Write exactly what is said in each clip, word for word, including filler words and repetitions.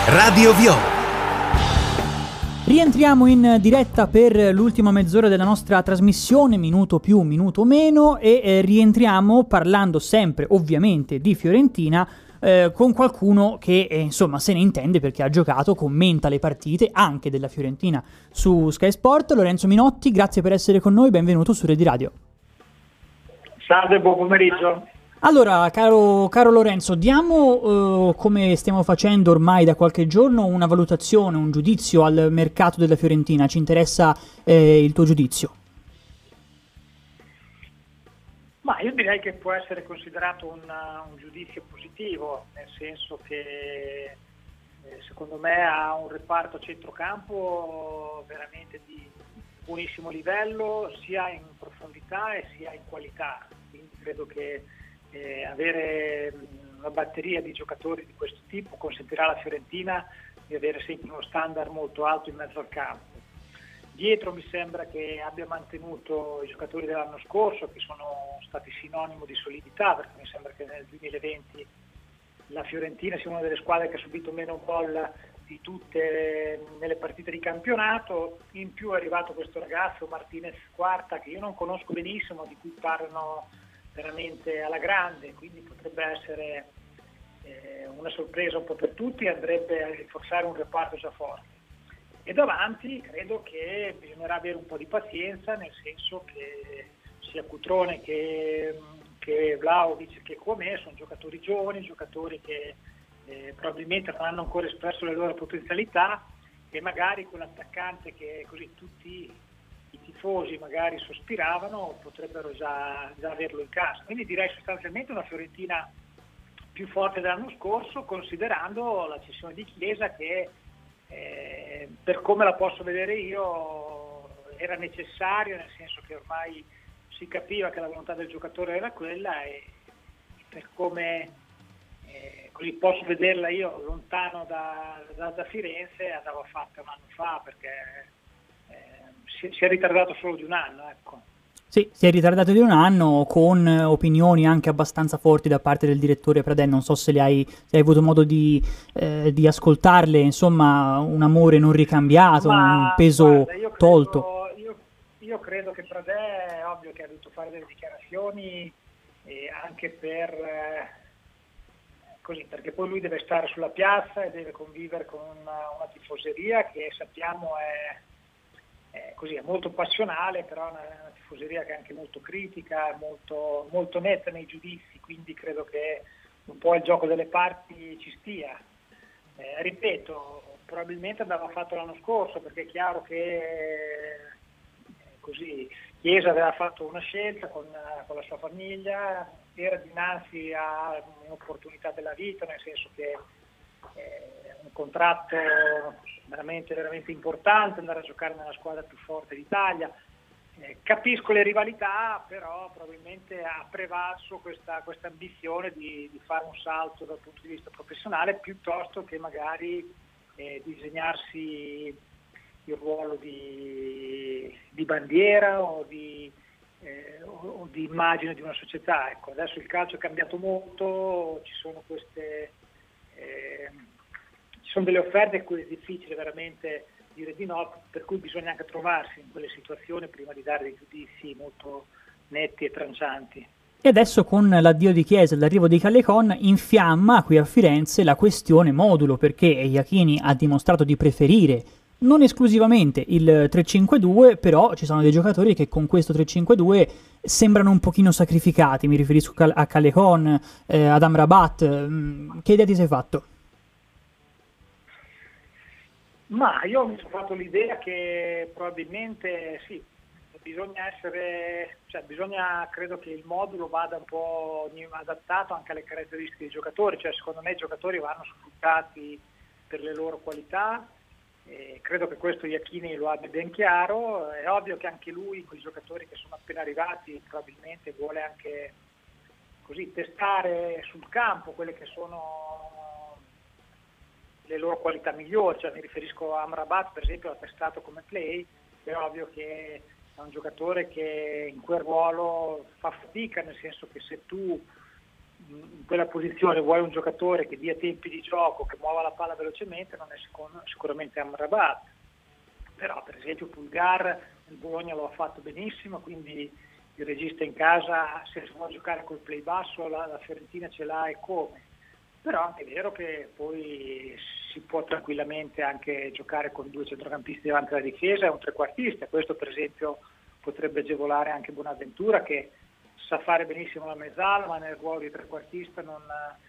Radio Viola. Rientriamo in diretta per l'ultima mezz'ora della nostra trasmissione, minuto più, minuto meno, e eh, rientriamo parlando sempre ovviamente di Fiorentina eh, con qualcuno che eh, insomma se ne intende perché ha giocato, commenta le partite anche della Fiorentina su Sky Sport. Lorenzo Minotti, grazie per essere con noi, benvenuto su Redi Radio. Salve, buon pomeriggio. Allora, caro, caro Lorenzo, diamo, eh, come stiamo facendo ormai da qualche giorno, una valutazione, un giudizio al mercato della Fiorentina. Ci interessa eh, il tuo giudizio. Ma io direi che può essere considerato un, un giudizio positivo, nel senso che eh, secondo me ha un reparto a centrocampo veramente di buonissimo livello, sia in profondità e sia in qualità. Quindi credo che Eh, avere una batteria di giocatori di questo tipo consentirà alla Fiorentina di avere sempre uno standard molto alto in mezzo al campo. Dietro mi sembra che abbia mantenuto i giocatori dell'anno scorso, che sono stati sinonimo di solidità, perché mi sembra che nel duemilaventi la Fiorentina sia una delle squadre che ha subito meno gol di tutte nelle partite di campionato. In più è arrivato questo ragazzo Martinez Quarta, che io non conosco benissimo, di cui parlano veramente alla grande, quindi potrebbe essere eh, una sorpresa un po' per tutti e andrebbe a rinforzare un reparto già forte. E davanti credo che bisognerà avere un po' di pazienza, nel senso che sia Cutrone che, che Vlahovic che Kouamé sono giocatori giovani, giocatori che eh, probabilmente non hanno ancora espresso le loro potenzialità, e magari quell'attaccante che così tutti i tifosi magari sospiravano potrebbero già, già averlo in casa. Quindi direi sostanzialmente una Fiorentina più forte dell'anno scorso, considerando la cessione di Chiesa che eh, per come la posso vedere io era necessaria, nel senso che ormai si capiva che la volontà del giocatore era quella, e per come eh, così posso vederla io lontano da, da, da Firenze andava fatta un anno fa, perché Si, si è ritardato solo di un anno, ecco. Sì, si è ritardato di un anno con opinioni anche abbastanza forti da parte del direttore Pradè. Non so se le hai, se hai avuto modo di, eh, di ascoltarle, insomma, un amore non ricambiato, Ma, un peso guarda, io credo, tolto. Io, io credo che Pradè è ovvio che ha dovuto fare delle dichiarazioni eh, anche per eh, così, perché poi lui deve stare sulla piazza e deve convivere con una, una tifoseria che sappiamo è Eh, così è molto passionale, però è una, una tifoseria che è anche molto critica, molto, molto netta nei giudizi, quindi credo che un po' il gioco delle parti ci stia. Eh, ripeto, probabilmente andava fatto l'anno scorso, perché è chiaro che eh, così Chiesa aveva fatto una scelta con, con la sua famiglia, era dinanzi a un'opportunità della vita, nel senso che eh, un contratto veramente, veramente importante, andare a giocare nella squadra più forte d'Italia. Eh, capisco le rivalità, però probabilmente ha prevalso questa, questa ambizione di, di fare un salto dal punto di vista professionale, piuttosto che magari eh, disegnarsi il ruolo di, di bandiera o di, eh, o, o di immagine di una società. Ecco, adesso il calcio è cambiato molto, ci sono queste... Eh, ci sono delle offerte a cui è difficile veramente dire di no, per cui bisogna anche trovarsi in quelle situazioni prima di dare dei giudizi molto netti e trancianti. E adesso con l'addio di Chiesa e l'arrivo di Callecon infiamma qui a Firenze la questione modulo, perché Iachini ha dimostrato di preferire non esclusivamente il tre cinque due, però ci sono dei giocatori che con questo tre cinque due sembrano un pochino sacrificati. Mi riferisco a Callecon, eh, ad Amrabat. Che idea ti sei fatto? Ma io mi sono fatto l'idea che probabilmente sì, bisogna essere, cioè bisogna, credo che il modulo vada un po' adattato anche alle caratteristiche dei giocatori, cioè secondo me i giocatori vanno sfruttati per le loro qualità, e credo che questo Iachini lo abbia ben chiaro. È ovvio che anche lui, con i giocatori che sono appena arrivati, probabilmente vuole anche così testare sul campo quelle che sono le loro qualità migliori, cioè mi riferisco a Amrabat, per esempio, l'ha testato come play, è ovvio che è un giocatore che in quel ruolo fa fatica, nel senso che se tu in quella posizione vuoi un giocatore che dia tempi di gioco, che muova la palla velocemente, non è sicur- sicuramente Amrabat. Però per esempio Pulgar il Bologna lo ha fatto benissimo, quindi il regista in casa, se si vuole giocare col play basso, la, la Fiorentina ce l'ha e come. Però è vero che poi si può tranquillamente anche giocare con due centrocampisti davanti alla difesa e un trequartista. Questo per esempio potrebbe agevolare anche Bonaventura, che sa fare benissimo la mezzala, ma nel ruolo di trequartista non,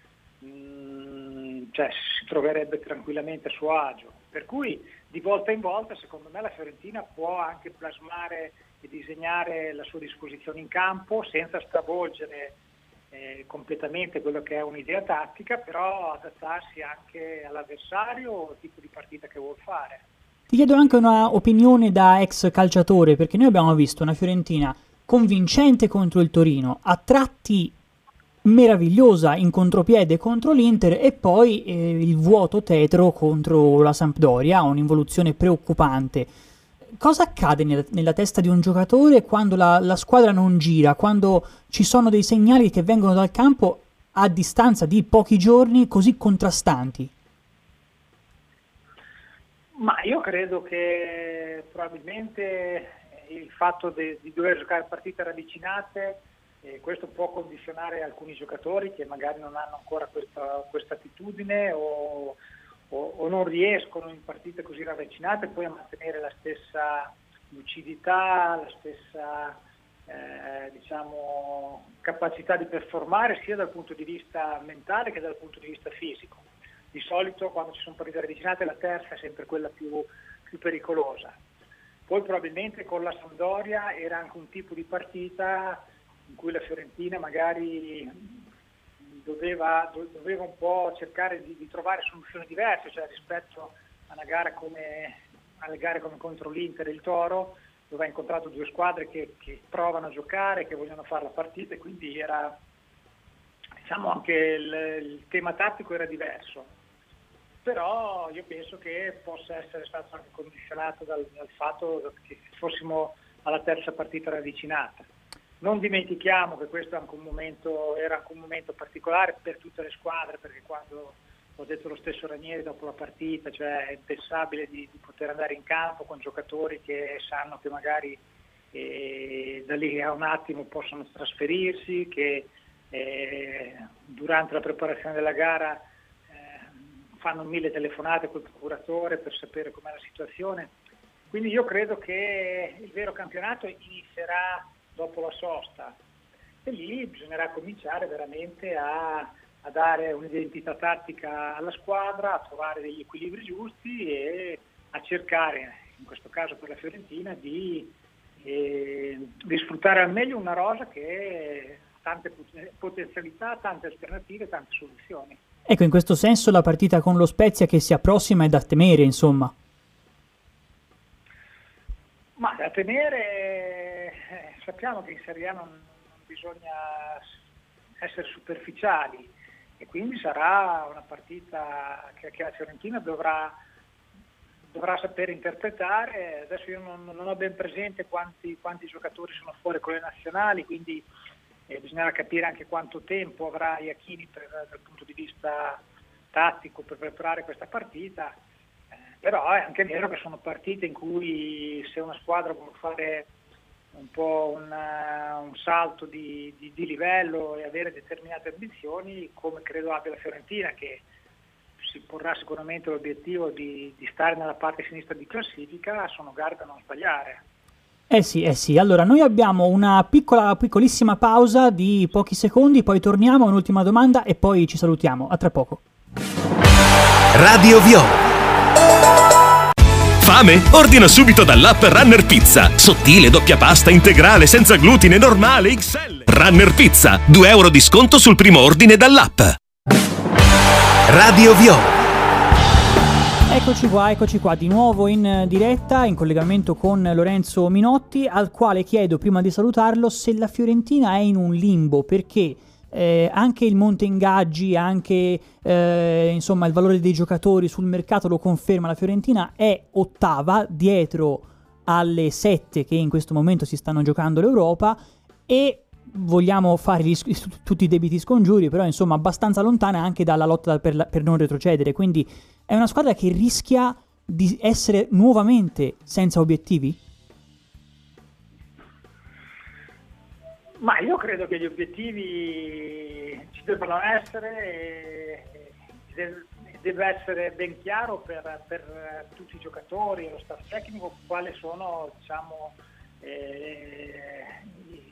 mh, cioè, si troverebbe tranquillamente a suo agio. Per cui di volta in volta secondo me la Fiorentina può anche plasmare e disegnare la sua disposizione in campo senza stravolgere eh, completamente quello che è un'idea tattica, però adattarsi anche all'avversario o al tipo di partita che vuol fare. Ti chiedo anche una opinione da ex calciatore, perché noi abbiamo visto una Fiorentina convincente contro il Torino, a tratti meravigliosa in contropiede contro l'Inter e poi eh, il vuoto tetro contro la Sampdoria, un'involuzione preoccupante. Cosa accade nella, nella testa di un giocatore quando la, la squadra non gira, quando ci sono dei segnali che vengono dal campo a distanza di pochi giorni così contrastanti? Ma io credo che probabilmente il fatto de, di dover giocare partite ravvicinate, eh, questo può condizionare alcuni giocatori che magari non hanno ancora questa, questa attitudine o, o, o non riescono in partite così ravvicinate poi a mantenere la stessa lucidità, la stessa eh, diciamo, capacità di performare sia dal punto di vista mentale che dal punto di vista fisico. Di solito quando ci sono partite ravvicinate la terza è sempre quella più, più pericolosa. Poi probabilmente con la Sampdoria era anche un tipo di partita in cui la Fiorentina magari doveva, doveva un po' cercare di, di trovare soluzioni diverse, cioè rispetto a una gara come, alle gare come contro l'Inter e il Toro, dove ha incontrato due squadre che, che provano a giocare, che vogliono fare la partita, e quindi era, diciamo, anche il, il tema tattico era diverso. Però io penso che possa essere stato anche condizionato dal, dal fatto che fossimo alla terza partita ravvicinata. Non dimentichiamo che questo è anche un momento, era anche un momento particolare per tutte le squadre, perché quando ho detto lo stesso Ranieri dopo la partita, cioè è impensabile di, di poter andare in campo con giocatori che sanno che magari eh, da lì a un attimo possono trasferirsi, che eh, durante la preparazione della gara fanno mille telefonate col procuratore per sapere com'è la situazione. Quindi io credo che il vero campionato inizierà dopo la sosta e lì bisognerà cominciare veramente a, a dare un'identità tattica alla squadra, a trovare degli equilibri giusti e a cercare, in questo caso per la Fiorentina, di, eh, di sfruttare al meglio una rosa che ha tante potenzialità, tante alternative, tante soluzioni. Ecco, in questo senso la partita con lo Spezia che si approssima è da temere, insomma. Ma da temere, eh, sappiamo che in Serie A non, non bisogna essere superficiali e quindi sarà una partita che, che la Fiorentina dovrà, dovrà saper interpretare. Adesso io non, non ho ben presente quanti, quanti giocatori sono fuori con le nazionali, quindi e bisognerà capire anche quanto tempo avrà Iachini per, dal punto di vista tattico per preparare questa partita, eh, però è anche vero che sono partite in cui se una squadra vuole fare un po' una, un salto di, di, di livello e avere determinate ambizioni, come credo abbia la Fiorentina, che si porrà sicuramente l'obiettivo di, di stare nella parte sinistra di classifica, sono gare da non sbagliare. Eh sì, eh sì, allora noi abbiamo una piccola, piccolissima pausa di pochi secondi, poi torniamo, un'ultima domanda e poi ci salutiamo. A tra poco. Radio Viola. Fame? Ordina subito dall'app Runner Pizza. Sottile, doppia pasta, integrale, senza glutine, normale, X L. Runner Pizza, due euro di sconto sul primo ordine dall'app. Radio Viola. Eccoci qua, eccoci qua, di nuovo in diretta, in collegamento con Lorenzo Minotti, al quale chiedo, prima di salutarlo, se la Fiorentina è in un limbo, perché eh, anche il monte ingaggi, anche eh, insomma il valore dei giocatori sul mercato lo conferma, la Fiorentina è ottava, dietro alle sette che in questo momento si stanno giocando l'Europa, e vogliamo fare gli, tutti i debiti scongiuri, però insomma abbastanza lontana anche dalla lotta per, la, per non retrocedere, quindi è una squadra che rischia di essere nuovamente senza obiettivi? Ma io credo che gli obiettivi ci debbano essere e deve essere ben chiaro per, per tutti i giocatori e lo staff tecnico quali sono, diciamo, eh, i,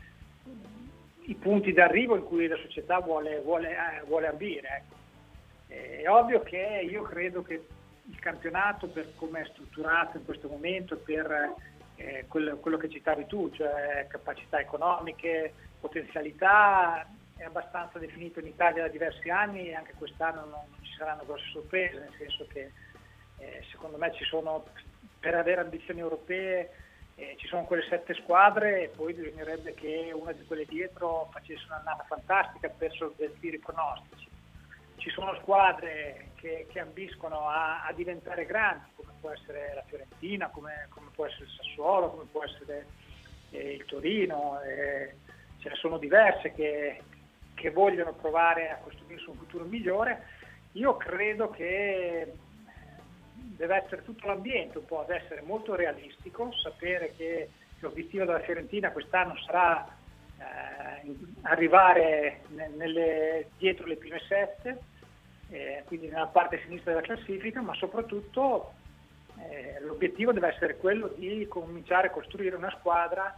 i punti d'arrivo in cui la società vuole, vuole, eh, vuole ambire. Ecco. È ovvio che io credo che il campionato, per come è strutturato in questo momento, per eh, quello, quello che citavi tu, cioè capacità economiche, potenzialità, è abbastanza definito in Italia da diversi anni e anche quest'anno non, non ci saranno grosse sorprese, nel senso che eh, secondo me ci sono, per avere ambizioni europee, eh, ci sono quelle sette squadre e poi bisognerebbe che una di quelle dietro facesse un'annata fantastica per sovvertire i pronostici. Ci sono squadre che, che ambiscono a, a diventare grandi, come può essere la Fiorentina, come, come può essere il Sassuolo, come può essere eh, il Torino, eh, ce ne sono diverse che, che vogliono provare a costruirsi un futuro migliore. Io credo che deve essere tutto l'ambiente un po' ad essere molto realistico, sapere che l'obiettivo della Fiorentina quest'anno sarà eh, arrivare nelle, dietro le prime sette, eh, quindi nella parte sinistra della classifica, ma soprattutto eh, l'obiettivo deve essere quello di cominciare a costruire una squadra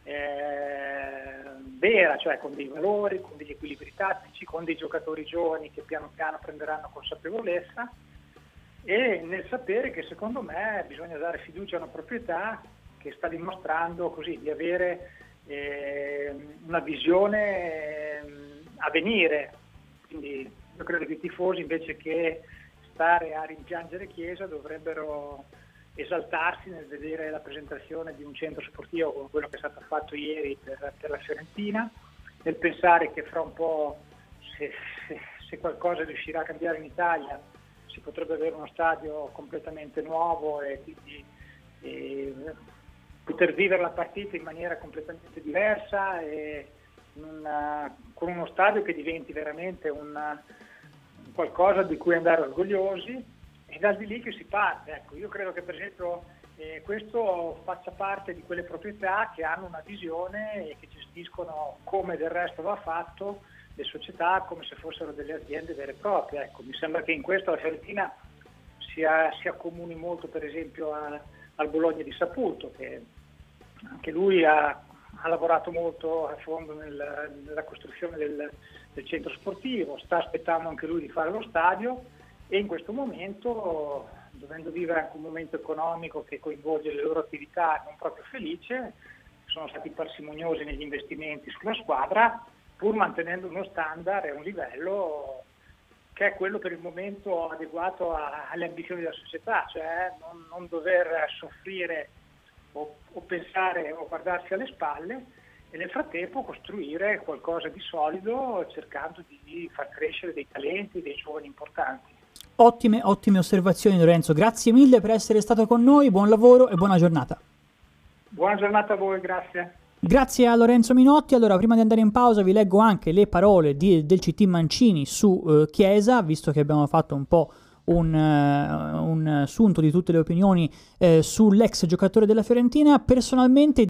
eh, vera, cioè con dei valori, con degli equilibri tattici, con dei giocatori giovani che piano piano prenderanno consapevolezza, e nel sapere che secondo me bisogna dare fiducia a una proprietà che sta dimostrando così di avere eh, una visione eh, a venire. Quindi io credo che i tifosi, invece che stare a rimpiangere Chiesa, dovrebbero esaltarsi nel vedere la presentazione di un centro sportivo come quello che è stato fatto ieri per, per la Fiorentina, nel pensare che fra un po', se, se, se qualcosa riuscirà a cambiare in Italia, si potrebbe avere uno stadio completamente nuovo e quindi e poter vivere la partita in maniera completamente diversa e una, con uno stadio che diventi veramente una, qualcosa di cui andare orgogliosi, e da di lì che si parte. Ecco, io credo che per esempio eh, questo faccia parte di quelle proprietà che hanno una visione e che gestiscono, come del resto va fatto, le società come se fossero delle aziende vere e proprie. Ecco, mi sembra che in questo la Fiorentina sia, si accomuni molto per esempio a, al Bologna di Saputo, che anche lui ha, ha lavorato molto a fondo nel, nella costruzione del, del centro sportivo, sta aspettando anche lui di fare lo stadio e in questo momento, dovendo vivere anche un momento economico che coinvolge le loro attività non proprio felice, sono stati parsimoniosi negli investimenti sulla squadra, pur mantenendo uno standard e un livello che è quello per il momento adeguato a, alle ambizioni della società, cioè non, non dover soffrire o, o pensare o guardarsi alle spalle e nel frattempo costruire qualcosa di solido cercando di far crescere dei talenti, dei giovani importanti. Ottime, ottime osservazioni Lorenzo, grazie mille per essere stato con noi, buon lavoro e buona giornata. Buona giornata a voi, grazie. Grazie a Lorenzo Minotti. Allora, prima di andare in pausa vi leggo anche le parole di, del C T Mancini su uh, Chiesa, visto che abbiamo fatto un po' un, uh, un assunto di tutte le opinioni uh, sull'ex giocatore della Fiorentina. Personalmente